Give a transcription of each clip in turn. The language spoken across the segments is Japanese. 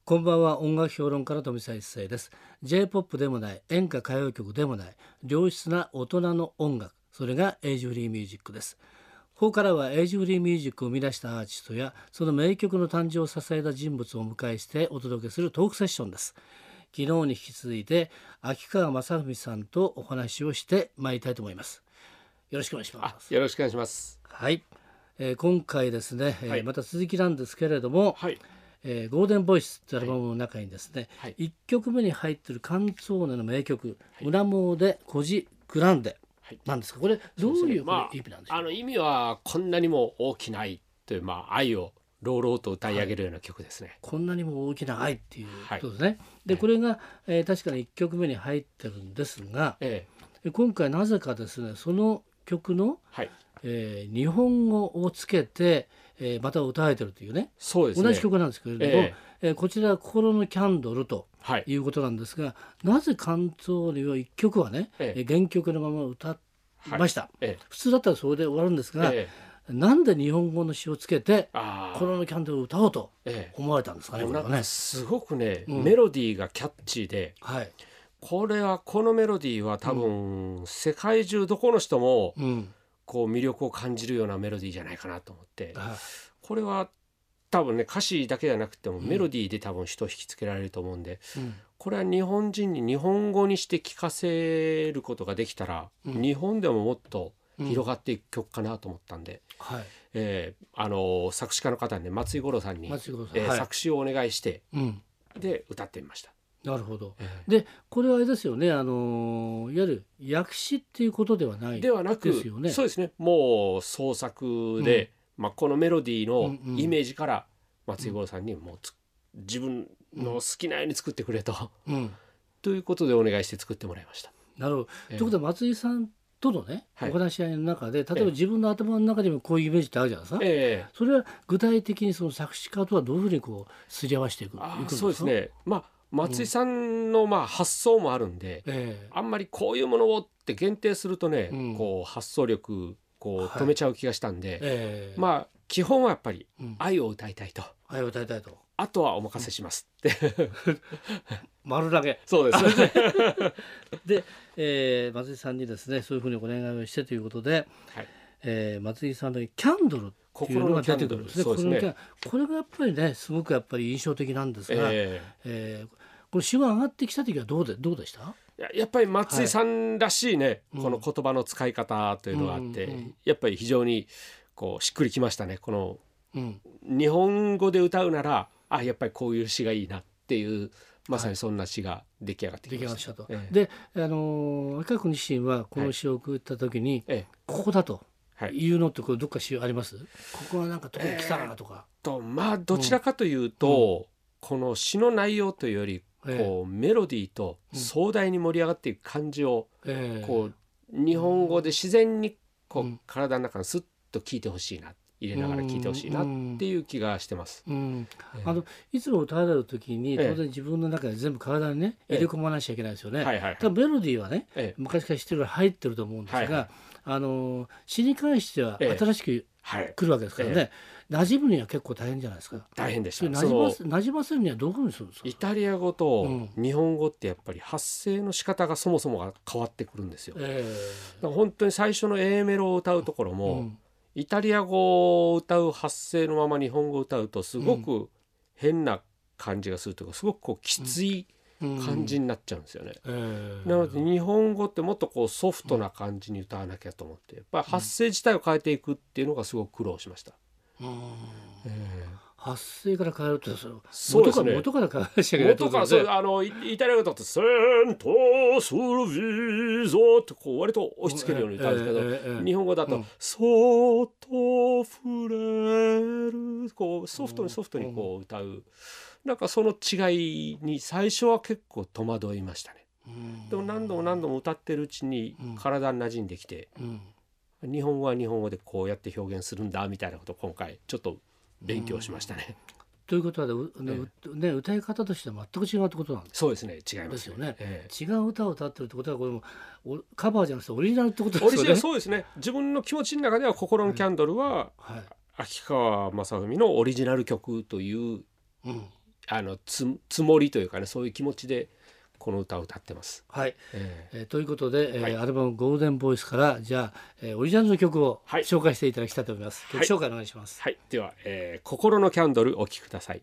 こんばんは。音楽評論家の富澤一世です。 J-POP でもない、演歌歌謡曲でもない、良質な大人の音楽、それがエイジフリーミュージックです。ここからはエイジフリーミュージックを生み出したアーティストやその名曲の誕生を支えた人物をお迎えしてお届けするトークセッションです。昨日に引き続いて秋川雅史さんとお話をしてまいりたいと思います。よろしくお願いします。 よろしくお願いします。 はい、今回ですね、 はいまた続きなんですけれども、 はい、 ゴールデンボイスというアルバムの中にですね、 はい 1曲目に入っているカンツォーネの名曲、 はい、 ムナモーデコジグランデはいなんですが、これどういう意味なんでしょうか。 意味はこんなにも大きな愛という、愛を朗々と歌い上げるような曲ですね。 こんなにも大きな愛っていうはいことですね。でこれが、確かに1曲目に入ってるんですが、今回なぜかですね、その曲の、 はい、 日本語をつけて、また歌われてるというね、 そうですね、 同じ曲なんですけれども、こちらは心のキャンドルということなんですが、なぜカンツォーネを1曲はね、原曲のまま歌いました、普通だったらそれで終わるんですが、なんで日本語の詩をつけて心のキャンドルを歌おうと思われたんですかね。これはね、 すごくね、メロディーがキャッチーで、このメロディーは多分、世界中どこの人も、こう魅力を感じるようなメロディーじゃないかなと思って、これは多分ね、歌詞だけじゃなくてもメロディーで多分人を引きつけられると思うんで、これは日本人に日本語にして聴かせることができたら、日本でももっと広がっていく曲かなと思ったんで、作詞家の方にね、松井五郎さんに作詞をお願いして、で歌ってみました。 なるほど、でこれはあれですよね、いわゆる訳詞っていうことではないですよね。 ではなく、そうですね、もう創作で、このメロディーのイメージから松井五郎さんにもう自分の好きなように作ってくれと、ということでお願いして作ってもらいました。 なるほど、ということは松井さんとのね、お話し合いの中で、例えば自分の頭の中でもこういうイメージってあるじゃないですか、それは具体的にその作詞家とはどういうふうにこうすり合わせていくんですか。 そうですね、松井さんの発想もあるんで、あんまりこういうものをって限定するとね、こう発想力こう止めちゃう気がしたんで、基本はやっぱり愛を歌いたいと、あとはお任せしますって丸投げ。 そうですで、松井さんにですね、そういうふうにお願いをしてということで、松井さんのキャンドルっていうのが出てくるんですね。これがやっぱりね、すごくやっぱり印象的なんですが、この詩が上がってきた時はどうでした？ やっぱり松井さんらしいね、この言葉の使い方というのがあって、やっぱり非常にこうしっくりきましたね。この、日本語で歌うならやっぱりこういう詩がいいなっていう、まさにそんな詩が出来上がってきましたと。 で、秋川君自身はこの詩を送った時に、ここだというのってこれどっか詩あります？ここはなんか特に来たなとか。 どちらかというと、この詩の内容というよりこうメロディーと壮大に盛り上がっていく感じを、こう日本語で自然にこう、体の中にスッと聴いてほしいな、入れながら聴いてほしいなっていう気がしてます。 いつも歌われる時に当然自分の中で全部体にね入れ込まなきゃいけないですよね。多分メロディーはね、昔から知ってるから入ってると思うんですが、詩に関しては新しく来るわけですからね、馴染むには結構大変じゃないですか。 大変でした。 馴染ませるにはどういうふうにするんですか？ イタリア語と日本語ってやっぱり発声の仕方がそもそもが変わってくるんですよ。だから本当に最初の A メロを歌うところも、イタリア語を歌う発声のまま日本語を歌うとすごく変な感じがするというか、すごくこうきつい感じになっちゃうんですよね。なので日本語ってもっとこうソフトな感じに歌わなきゃと思って、やっぱり発声自体を変えていくっていうのがすごく苦労しました。 発声から変えるってそうですね、 元から変えなきゃいけないってことですね。 イタリア語だとセントスルビゾってこう割と押し付けるように歌うんですけど、日本語だとそっと触れる、こうソフトにこう歌う、なんかその違いに最初は結構戸惑いましたね。でも何度も歌ってるうちに体に馴染んできて、日本語は日本語でこうやって表現するんだみたいなことを今回ちょっと勉強しましたね。 ということは歌い方としては全く違うってことなんです。 そうですね、違いますよね。違う歌を歌ってるってことはこれもカバーじゃなくてオリジナルってことですよね。 オリジナル、そうですね。自分の気持ちの中では心のキャンドルは秋川雅史のオリジナル曲というつもりというかね、そういう気持ちでこの歌を歌ってます。 はい、ということで、はい、アルバムゴールデンボイスからじゃあ、オリジナルの曲を紹介していただきたいと思います。はい、曲紹介お願いします。 はい、では、心のキャンドルお聴きください。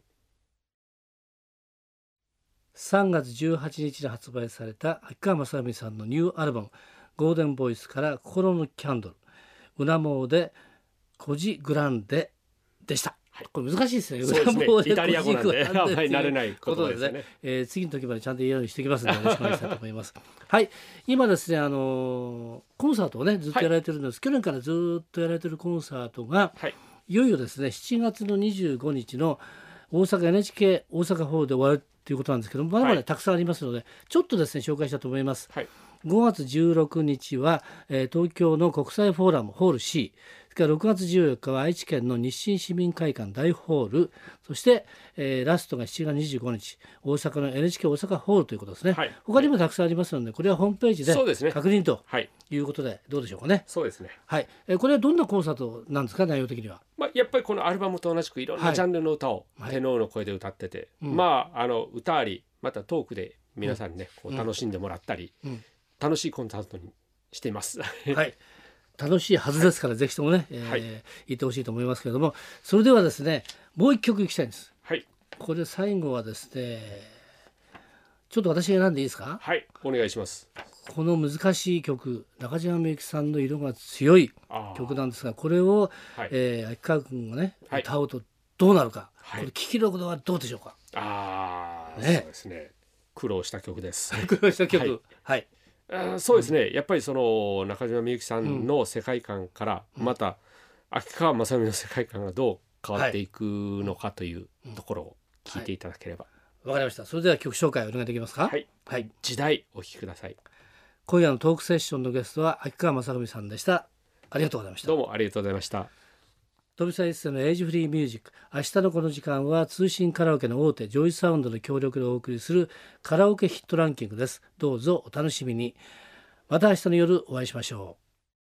3月18日に発売された秋川雅史さんのニューアルバムゴールデンボイスから心のキャンドル、ウナモーでコジグランデでした。はい、これ難しいですね。 そうですね。イタリア語なんであんまり慣れないことですね。 次の時までちゃんと言えるようにしておきますのでよろしくお願いしたいと思います。はい、今ですね、コンサートをねずっとやられてるんです、はい、去年からずっとやられてるコンサートが、はい、いよいよですね7月の25日の大阪 NHK 大阪ホールで終わるということなんですけども、まだまだたくさんありますので、はい、ちょっとですね紹介したいと思います。はい、5月16日は、東京の国際フォーラムホール C、それから6月14日は愛知県の日清市民会館大ホール、そして、ラストが7月25日大阪の NHK 大阪ホールということですね。はい、他にもたくさんありますので、これはホームページで確認ということでどうでしょうかね。 そうですね。 はい、これはどんなコンサートなんですか、内容的には。 やっぱりこのアルバムと同じくいろんなジャンルの歌をテノールの声で歌ってて、歌ありまたトークで皆さんにね、こう楽しんでもらったり、楽しいコンサートにしています。 はい、楽しいはずですから、ぜひともね、行ってほしいと思いますけれども、それではですね、もう一曲いきたいんです。はい、これ最後はですね、ちょっと私が選んでいいですか。 はい、お願いします。 この難しい曲、中島みゆきさんの色が強い曲なんですが、これを、秋川君がね、歌うとどうなるか、これ聞きどころはどうでしょうか。 そうですね、苦労した曲です。 苦労した曲、はい、 そうですね、やっぱりその中島みゆきさんの世界観からまた秋川雅史の世界観がどう変わっていくのかというところを聞いていただければ。 わかりました。それでは曲紹介お願いできますか。 はい、時代お聴きください。 今夜のトークセッションのゲストは秋川雅史さんでした。ありがとうございました。 どうもありがとうございました。 富澤一世のエイジフリーミュージック、明日のこの時間は通信カラオケの大手ジョイサウンドの協力でお送りするカラオケヒットランキングです。どうぞお楽しみに。また明日の夜お会いしましょう。